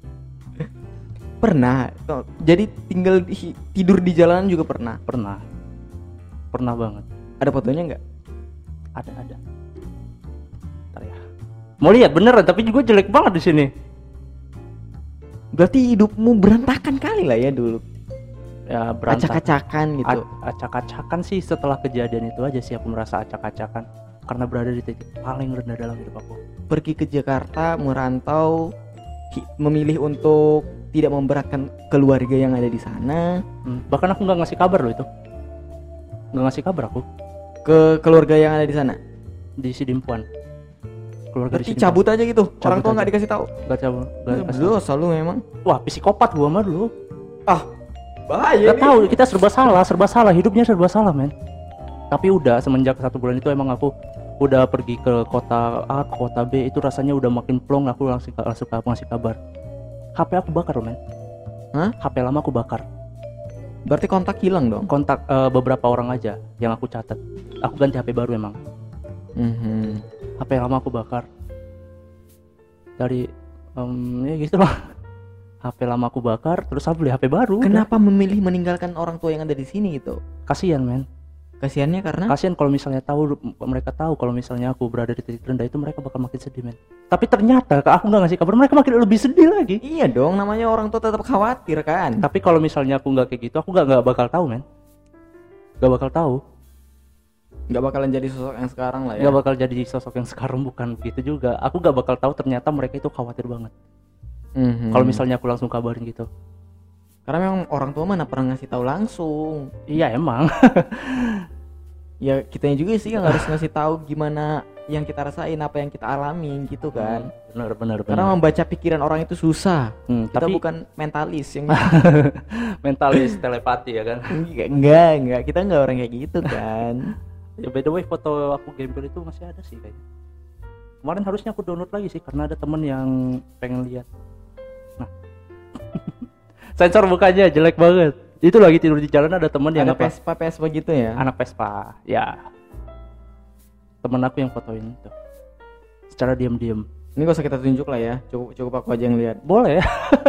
[SPEAKER 2] Pernah. Tuh, jadi tinggal di- tidur di jalanan juga pernah.
[SPEAKER 1] Pernah, pernah banget.
[SPEAKER 2] Ada fotonya nggak?
[SPEAKER 1] Ada ada. Ntar ya. Mau lihat beneran, tapi juga jelek banget di sini.
[SPEAKER 2] Berarti hidupmu berantakan kali lah ya dulu.
[SPEAKER 1] Ya berantakan.
[SPEAKER 2] Acak-acakan gitu.
[SPEAKER 1] A- acak-acakan sih setelah kejadian itu aja sih aku merasa acak-acakan karena berada di titik paling rendah dalam hidup aku.
[SPEAKER 2] Pergi ke Jakarta, merantau, hi- memilih untuk tidak memberatkan keluarga yang ada di sana.
[SPEAKER 1] Hmm, bahkan aku nggak ngasih kabar loh itu, nggak ngasih kabar aku
[SPEAKER 2] Ke keluarga yang ada di sana.
[SPEAKER 1] di Sidimpuan. Keluarga
[SPEAKER 2] Berarti cabut aja gitu.
[SPEAKER 1] Cabut
[SPEAKER 2] Orang tua
[SPEAKER 1] aja.
[SPEAKER 2] nggak dikasih tahu.
[SPEAKER 1] Gak cabut. Gak dikasih tahu.
[SPEAKER 2] Dosa lu memang.
[SPEAKER 1] Wah psikopat gua mah dulu.
[SPEAKER 2] Ah, bahaya.
[SPEAKER 1] Gak tahu kita serba salah, serba salah hidupnya serba salah men. Tapi udah semenjak satu bulan itu emang aku udah pergi ke kota A, ke kota B itu rasanya udah makin plong. Aku langsung langsung ngasih kabar. H P aku bakar loh men.
[SPEAKER 2] Hah?
[SPEAKER 1] H P lama aku bakar.
[SPEAKER 2] Berarti kontak hilang dong.
[SPEAKER 1] Kontak eh, beberapa orang aja yang aku catat. Aku ganti H P baru emang.
[SPEAKER 2] Mhm.
[SPEAKER 1] H P lama aku bakar. Dari em, ya gitu lah. H P lama aku bakar, terus aku beli H P baru.
[SPEAKER 2] Kenapa memilih meninggalkan orang tua yang ada di sini gitu?
[SPEAKER 1] Kasian men.
[SPEAKER 2] Kasiannya karena
[SPEAKER 1] Kasian kalau misalnya tahu mereka tahu kalau misalnya aku berada di titik rendah itu mereka bakal makin sedih men. Tapi ternyata aku nggak ngasih kabar mereka makin lebih sedih lagi.
[SPEAKER 2] iya dong, namanya orang tua tetap khawatir kan.
[SPEAKER 1] Tapi kalau misalnya aku nggak kayak gitu, aku nggak nggak bakal tahu men. Nggak bakal tahu.
[SPEAKER 2] Nggak bakalan jadi sosok yang sekarang lah ya.
[SPEAKER 1] Nggak bakal jadi sosok yang sekarang, bukan begitu juga. Aku nggak bakal tahu ternyata mereka itu khawatir banget.
[SPEAKER 2] Mhm.
[SPEAKER 1] Kalau misalnya aku langsung kabarin gitu.
[SPEAKER 2] Karena memang orang tua mana pernah ngasih tahu langsung.
[SPEAKER 1] Iya emang.
[SPEAKER 2] Ya kitanya juga sih yang harus ngasih tahu gimana yang kita rasain, apa yang kita alamin gitu kan.
[SPEAKER 1] Benar benar
[SPEAKER 2] Karena
[SPEAKER 1] benar.
[SPEAKER 2] membaca pikiran orang itu susah.
[SPEAKER 1] Hmm,
[SPEAKER 2] Kita
[SPEAKER 1] tapi
[SPEAKER 2] bukan mentalis yang
[SPEAKER 1] mentalis telepati ya kan.
[SPEAKER 2] enggak, enggak, enggak. Kita enggak orang kayak gitu kan.
[SPEAKER 1] Ya by the way foto aku gembel itu masih ada sih kayaknya. Kemarin harusnya aku download lagi sih karena ada temen yang pengen lihat. Nah. Sensor mukanya jelek banget. Itu lagi tidur di jalan ada temen yang
[SPEAKER 2] Ada
[SPEAKER 1] apa?
[SPEAKER 2] Vespa Vespa gitu ya.
[SPEAKER 1] Anak Vespa. Ya. Temen aku yang fotoin itu. Secara diam-diam.
[SPEAKER 2] Ini gak usah kita tunjuk lah ya. Cukup cukup aku aja yang lihat.
[SPEAKER 1] Boleh.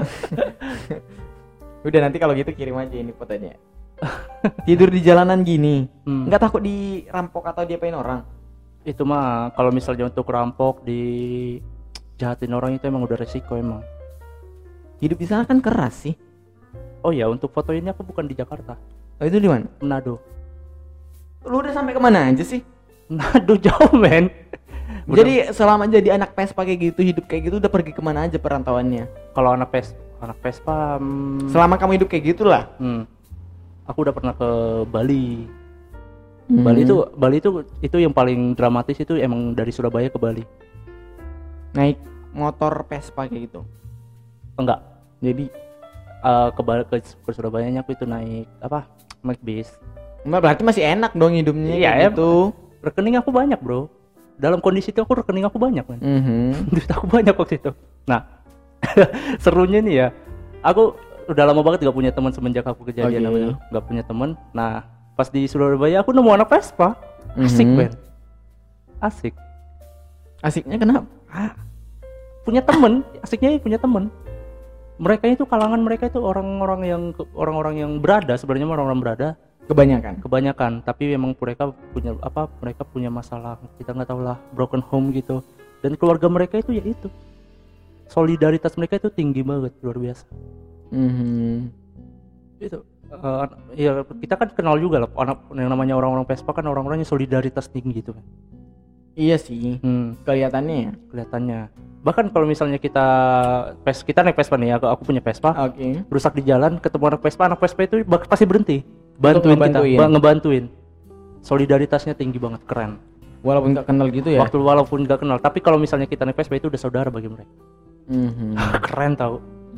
[SPEAKER 2] Udah nanti kalau gitu kirim aja ini fotonya. Tidur di jalanan gini.
[SPEAKER 1] Hmm.
[SPEAKER 2] Enggak takut dirampok atau diapain orang?
[SPEAKER 1] Itu mah kalau misalnya untuk rampok di jahatin orang itu emang udah resiko emang.
[SPEAKER 2] Hidup di sana kan keras sih.
[SPEAKER 1] Oh ya, untuk foto ini aku bukan di Jakarta,
[SPEAKER 2] Oh itu di mana?
[SPEAKER 1] Manado.
[SPEAKER 2] Lu udah sampai kemana aja sih?
[SPEAKER 1] Manado jauh men. Udah-
[SPEAKER 2] Jadi selama jadi anak Vespa kayak gitu, hidup kayak gitu, udah pergi kemana aja perantauannya?
[SPEAKER 1] kalau anak pes anak Vespa, hmm,
[SPEAKER 2] Selama kamu hidup kayak gitulah.
[SPEAKER 1] hmm, aku udah pernah ke Bali.
[SPEAKER 2] Hmm.
[SPEAKER 1] Bali itu Bali itu itu yang paling dramatis itu emang dari Surabaya ke Bali.
[SPEAKER 2] naik motor Vespa kayak gitu.
[SPEAKER 1] Enggak,
[SPEAKER 2] Jadi
[SPEAKER 1] eh, ke Bali ke, ke Surabayanya aku itu naik apa? Naik bis.
[SPEAKER 2] Mbak, berarti masih enak dong hidupnya
[SPEAKER 1] Iya,
[SPEAKER 2] kayak
[SPEAKER 1] em-
[SPEAKER 2] gitu.
[SPEAKER 1] Rekening aku banyak bro. Dalam kondisi itu aku rekening aku banyak men.
[SPEAKER 2] Mhm.
[SPEAKER 1] Duit aku banyak waktu itu. Nah, serunya nih ya, aku udah lama banget gak punya teman semenjak aku kejadian
[SPEAKER 2] Oke.
[SPEAKER 1] namanya, gak punya teman. Nah, pas di Surabaya aku nemu anak Vespa, asik
[SPEAKER 2] Mhm.
[SPEAKER 1] men, asik.
[SPEAKER 2] Asiknya kenapa?
[SPEAKER 1] Ah, punya temen, asiknya punya temen. Mereka itu kalangan mereka itu orang-orang yang orang-orang yang berada sebenarnya mah orang-orang berada
[SPEAKER 2] Kebanyakan.
[SPEAKER 1] kebanyakan, tapi memang mereka punya apa? Mereka punya masalah kita nggak tahu lah, broken home gitu. Dan keluarga mereka itu ya itu solidaritas mereka itu tinggi banget, luar biasa.
[SPEAKER 2] Mhm.
[SPEAKER 1] Itu eh, ya kita kan kenal juga lah anak yang namanya orang-orang Vespa kan orang-orangnya solidaritas tinggi gitu kan.
[SPEAKER 2] Iya sih,
[SPEAKER 1] Hmm,
[SPEAKER 2] kelihatannya ya.
[SPEAKER 1] kelihatannya. Bahkan kalau misalnya kita pes kita naik Vespa nih, aku, aku punya Vespa,
[SPEAKER 2] Oke.
[SPEAKER 1] rusak di jalan, ketemu anak Vespa, anak Vespa itu bak- pasti berhenti, bantuin kita,
[SPEAKER 2] ngebantuin.
[SPEAKER 1] ba- ngebantuin. Solidaritasnya tinggi banget, keren.
[SPEAKER 2] Walaupun nggak kenal gitu ya.
[SPEAKER 1] Waktu walaupun nggak kenal, tapi kalau misalnya kita naik Vespa itu udah saudara bagi mereka.
[SPEAKER 2] Mhm.
[SPEAKER 1] Keren tau.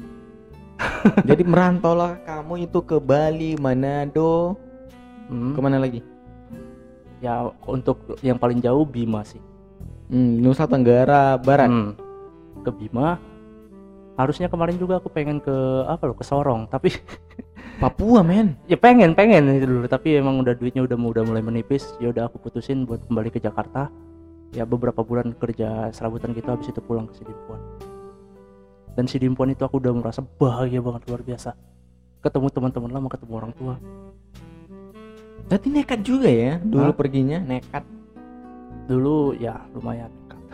[SPEAKER 2] Jadi merantaulah kamu itu ke Bali, Manado,
[SPEAKER 1] Hmm.
[SPEAKER 2] kemana lagi?
[SPEAKER 1] Ya untuk yang paling jauh Bima sih.
[SPEAKER 2] Hmm, Nusa Tenggara Barat.
[SPEAKER 1] Hmm, ke Bima. Harusnya kemarin juga aku pengen ke apa loh, ke Sorong, tapi
[SPEAKER 2] Papua men.
[SPEAKER 1] ya pengen pengen itu dulu, tapi emang udah duitnya udah udah mulai menipis. Ya udah aku putusin buat kembali ke Jakarta. Ya beberapa bulan kerja serabutan gitu, habis itu pulang ke Sidimpuan. Dan Sidimpuan itu aku udah merasa bahagia banget, luar biasa. Ketemu teman-teman lama, ketemu orang tua.
[SPEAKER 2] Berarti nekat juga ya dulu
[SPEAKER 1] Hah?
[SPEAKER 2] perginya, nekat.
[SPEAKER 1] Dulu ya lumayan.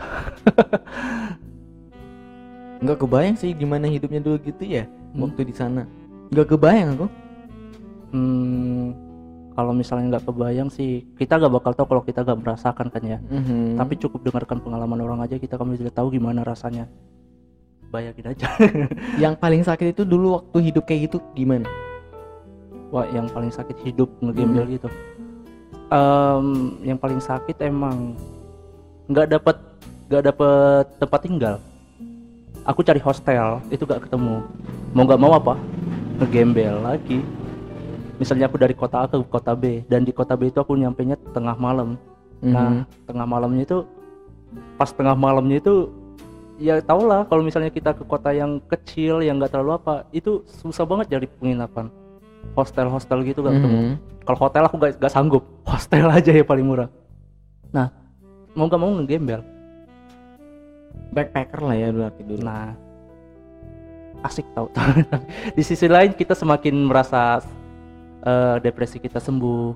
[SPEAKER 2] Nggak kebayang sih gimana hidupnya dulu gitu ya.
[SPEAKER 1] Hmm.
[SPEAKER 2] Waktu di sana nggak kebayang aku.
[SPEAKER 1] Hmm, kalau misalnya nggak kebayang sih, kita nggak bakal tahu kalau kita nggak merasakan kan ya.
[SPEAKER 2] Mhm.
[SPEAKER 1] Tapi cukup dengarkan pengalaman orang aja, kita kamu bisa tahu gimana rasanya. Bayangin aja.
[SPEAKER 2] Yang paling sakit itu dulu waktu hidup kayak gitu gimana?
[SPEAKER 1] Wah, yang paling sakit hidup ngegembel gitu. Em, yang paling sakit emang nggak dapat nggak dapat tempat tinggal. Aku cari hostel itu nggak ketemu. Mau nggak mau apa? Ngegembel lagi. Misalnya aku dari kota A ke kota B, dan di kota B itu aku nyampainya tengah malam. Nah, tengah malamnya itu, pas tengah malamnya itu, ya tau lah kalau misalnya kita ke kota yang kecil yang nggak terlalu apa, itu susah banget cari penginapan. Hostel-hostel gitu nggak ketemu.
[SPEAKER 2] Mhm.
[SPEAKER 1] Kalau hotel aku gak, gak sanggup, hostel aja ya paling murah. Nah, mau gak mau ngegembel.
[SPEAKER 2] Backpacker lah ya berarti dulu.
[SPEAKER 1] Nah, asik tau. Di sisi lain kita semakin merasa uh, depresi kita sembuh.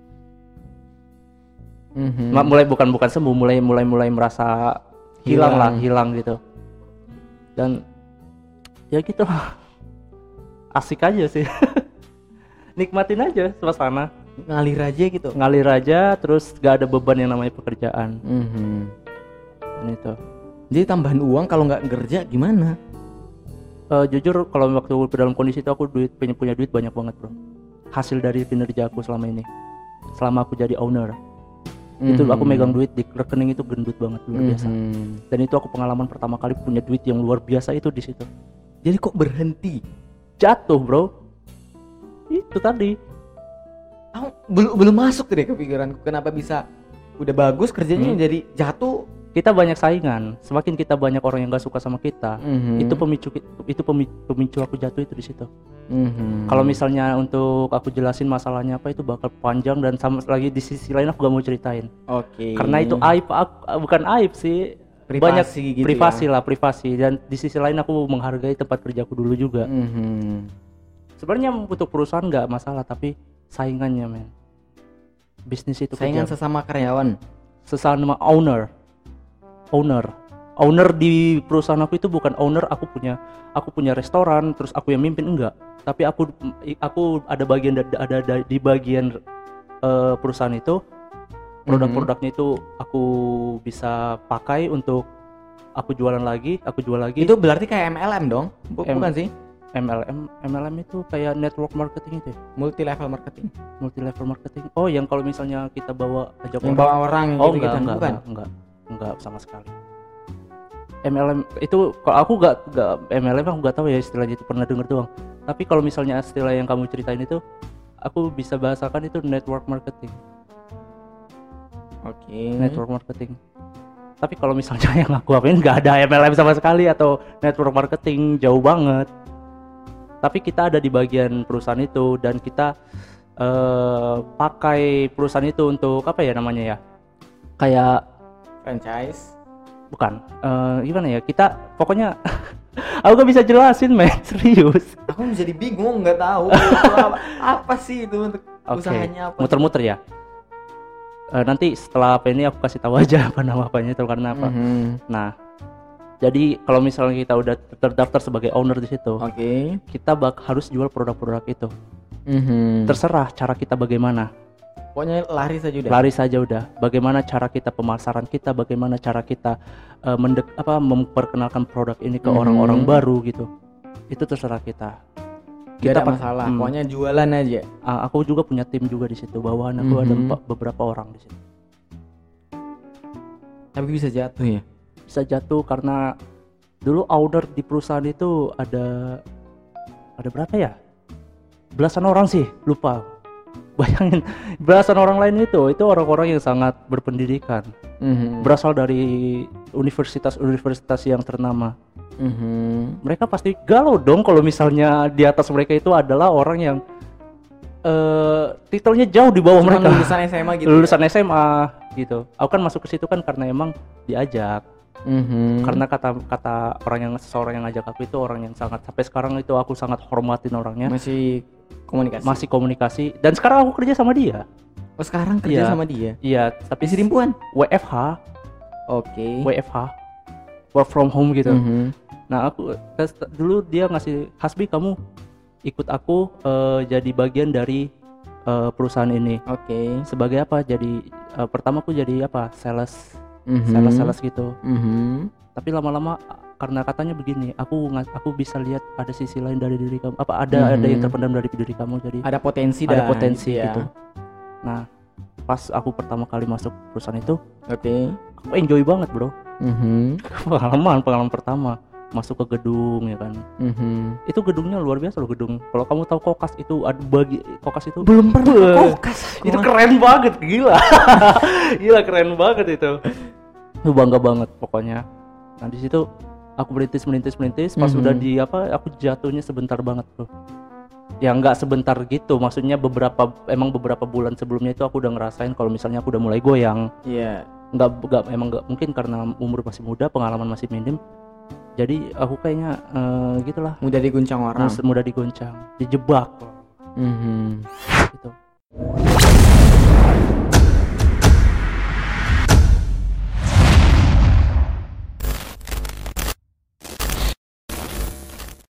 [SPEAKER 2] Mhm.
[SPEAKER 1] Ma- mulai bukan bukan sembuh, mulai mulai mulai merasa hilang,
[SPEAKER 2] Hilang.
[SPEAKER 1] lah, hilang gitu. Dan ya gitu lah. Asik aja sih. Nikmatin aja suasana.
[SPEAKER 2] Ngalir aja gitu.
[SPEAKER 1] Ngalir aja, terus gak ada beban yang namanya pekerjaan.
[SPEAKER 2] Mhm.
[SPEAKER 1] Dan itu.
[SPEAKER 2] Jadi tambahan uang kalau nggak kerja gimana?
[SPEAKER 1] Uh, jujur kalau waktu dalam kondisi itu aku duit punya punya duit banyak banget bro. Hasil dari kinerja aku selama ini, selama aku jadi owner, itu aku megang duit di rekening itu gendut banget, luar biasa.
[SPEAKER 2] Mhm.
[SPEAKER 1] Dan itu aku pengalaman pertama kali punya duit yang luar biasa itu di situ.
[SPEAKER 2] Jadi kok berhenti?
[SPEAKER 1] Jatuh bro. Itu tadi.
[SPEAKER 2] Aku belum belum masuk tuh deh ke pikiranku kenapa bisa udah bagus kerjanya
[SPEAKER 1] Hmm.
[SPEAKER 2] jadi jatuh.
[SPEAKER 1] Kita banyak saingan. Semakin kita banyak orang yang gak suka sama kita,
[SPEAKER 2] Mhm.
[SPEAKER 1] itu pemicu itu pemicu, pemicu aku jatuh itu di situ.
[SPEAKER 2] Mhm.
[SPEAKER 1] Kalau misalnya untuk aku jelasin masalahnya apa itu bakal panjang, dan sama lagi di sisi lain aku gak mau ceritain.
[SPEAKER 2] Oke.
[SPEAKER 1] Karena itu aib aku, bukan aib sih,
[SPEAKER 2] Privasi
[SPEAKER 1] banyak
[SPEAKER 2] gitu
[SPEAKER 1] privasi
[SPEAKER 2] ya.
[SPEAKER 1] lah, privasi. Dan di sisi lain aku menghargai tempat kerjaku dulu juga.
[SPEAKER 2] Mhm.
[SPEAKER 1] Sebenarnya untuk perusahaan nggak masalah, tapi saingannya men, bisnis itu
[SPEAKER 2] Saingan
[SPEAKER 1] kejam.
[SPEAKER 2] sesama karyawan.
[SPEAKER 1] Sesama owner, owner, owner di perusahaan aku itu bukan owner. Aku punya, aku punya restoran, terus aku yang mimpin, enggak. Tapi aku, aku ada bagian ada, ada, ada di bagian eh, perusahaan itu. Produk-produknya itu aku bisa pakai untuk aku jualan lagi, aku jual lagi.
[SPEAKER 2] Itu berarti kayak M L M dong? Bu-
[SPEAKER 1] M-
[SPEAKER 2] bukan sih?
[SPEAKER 1] M L M, M L M itu kayak network marketing itu ya?
[SPEAKER 2] Multi level marketing.
[SPEAKER 1] Multi level marketing. Oh, yang kalau misalnya kita bawa ajak
[SPEAKER 2] Yang
[SPEAKER 1] orang.
[SPEAKER 2] bawa orang
[SPEAKER 1] Oh,
[SPEAKER 2] gitu,
[SPEAKER 1] enggak, enggak,
[SPEAKER 2] bukan.
[SPEAKER 1] enggak, enggak, enggak sama sekali. M L M itu kalau aku enggak, enggak M L M aku enggak tahu ya istilahnya, itu pernah dengar doang. Tapi kalau misalnya istilah yang kamu ceritain itu, aku bisa bahasakan itu network marketing.
[SPEAKER 2] Oke.
[SPEAKER 1] Network marketing. Tapi kalau misalnya yang aku apain nggak ada M L M sama sekali atau network marketing, jauh banget. Tapi kita ada di bagian perusahaan itu, dan kita eh, pakai perusahaan itu untuk apa ya namanya ya? Kayak
[SPEAKER 2] Franchise.
[SPEAKER 1] bukan eh, gimana ya? Kita pokoknya aku gak bisa jelasin men, serius.
[SPEAKER 2] Aku jadi bingung nggak tahu itu apa, apa sih itu untuk
[SPEAKER 1] Oke,
[SPEAKER 2] usahanya apa?
[SPEAKER 1] muter-muter ya. Eh, nanti setelah apa ini aku kasih tahu aja apa nama apanya itu karena apa.
[SPEAKER 2] Mhm.
[SPEAKER 1] Nah, jadi kalau misalnya kita udah terdaftar sebagai owner di situ,
[SPEAKER 2] Oke.
[SPEAKER 1] kita bak harus jual produk-produk itu.
[SPEAKER 2] Mhm.
[SPEAKER 1] Terserah cara kita bagaimana.
[SPEAKER 2] Pokoknya lari saja udah.
[SPEAKER 1] Lari saja udah. Bagaimana cara kita pemasaran kita, bagaimana cara kita eh, mendek apa memperkenalkan produk ini ke
[SPEAKER 2] Mhm.
[SPEAKER 1] orang-orang baru gitu. Itu terserah kita.
[SPEAKER 2] Gak ada
[SPEAKER 1] pak-
[SPEAKER 2] masalah.
[SPEAKER 1] hmm.
[SPEAKER 2] Pokoknya jualan aja.
[SPEAKER 1] Ah, aku juga punya tim juga di situ. Bawahan aku ada
[SPEAKER 2] Mhm.
[SPEAKER 1] empat, beberapa orang di situ.
[SPEAKER 2] Tapi bisa jatuh ya.
[SPEAKER 1] Bisa jatuh karena dulu owner di perusahaan itu ada ada berapa ya? Belasan orang sih, lupa. Bayangin belasan orang lain itu itu orang-orang yang sangat berpendidikan,
[SPEAKER 2] Mhm.
[SPEAKER 1] berasal dari universitas-universitas yang ternama.
[SPEAKER 2] Mhm.
[SPEAKER 1] Mereka pasti galau dong kalau misalnya di atas mereka itu adalah orang yang eh titelnya jauh di bawah
[SPEAKER 2] Cuman
[SPEAKER 1] mereka.
[SPEAKER 2] lulusan S M A gitu.
[SPEAKER 1] Lulusan S M A gitu. Aku kan masuk ke situ kan karena emang diajak.
[SPEAKER 2] Mhm.
[SPEAKER 1] Karena kata kata orang yang seseorang yang ngajak aku itu orang yang sangat sampai sekarang itu aku sangat hormatin orangnya.
[SPEAKER 2] masih komunikasi.
[SPEAKER 1] Masih komunikasi dan sekarang aku kerja sama dia.
[SPEAKER 2] Oh, sekarang kerja
[SPEAKER 1] Iya.
[SPEAKER 2] sama dia.
[SPEAKER 1] Iya, tapi
[SPEAKER 2] Isi rimpuan.
[SPEAKER 1] W F H,
[SPEAKER 2] Oke.
[SPEAKER 1] W F H, work from home gitu.
[SPEAKER 2] Mhm.
[SPEAKER 1] Nah aku tes, dulu dia ngasih, Hasbi kamu ikut aku eh, jadi bagian dari eh, perusahaan ini.
[SPEAKER 2] Oke.
[SPEAKER 1] Sebagai apa? Jadi eh, pertama aku jadi apa? Sales,
[SPEAKER 2] Mhm.
[SPEAKER 1] sales sales gitu.
[SPEAKER 2] Mhm.
[SPEAKER 1] Tapi lama-lama karena katanya begini, aku nga- aku bisa lihat ada sisi lain dari diri kamu. Apa ada ada yang
[SPEAKER 2] Mhm.
[SPEAKER 1] terpendam dari diri kamu. Jadi
[SPEAKER 2] Ada potensi
[SPEAKER 1] ada
[SPEAKER 2] dah,
[SPEAKER 1] potensi
[SPEAKER 2] ya.
[SPEAKER 1] gitu. Nah pas aku pertama kali masuk perusahaan itu,
[SPEAKER 2] Oke.
[SPEAKER 1] aku enjoy banget bro.
[SPEAKER 2] Mhm.
[SPEAKER 1] Pengalaman pengalaman pertama masuk ke gedung ya kan.
[SPEAKER 2] Mhm.
[SPEAKER 1] Itu gedungnya luar biasa loh gedung. Kalau kamu tahu Kokas itu ada bagi Kokas itu
[SPEAKER 2] Belum pernah
[SPEAKER 1] Beuh,
[SPEAKER 2] ke Kokas.
[SPEAKER 1] itu keren banget gila. Gila keren banget itu. Itu bangga banget pokoknya. Nah di situ aku merintis merintis merintis pas
[SPEAKER 2] Mhm.
[SPEAKER 1] udah di apa aku jatuhnya sebentar banget bro. Ya nggak sebentar gitu, maksudnya beberapa emang beberapa bulan sebelumnya itu aku udah ngerasain kalau misalnya aku udah mulai goyang.
[SPEAKER 2] Iya.
[SPEAKER 1] Nggak nggak emang nggak mungkin karena umur masih muda, pengalaman masih minim. Jadi aku kayaknya eh, gitulah
[SPEAKER 2] Mudah diguncang orang.
[SPEAKER 1] mudah digoncang, dijebak
[SPEAKER 2] Mhm.
[SPEAKER 1] gitu.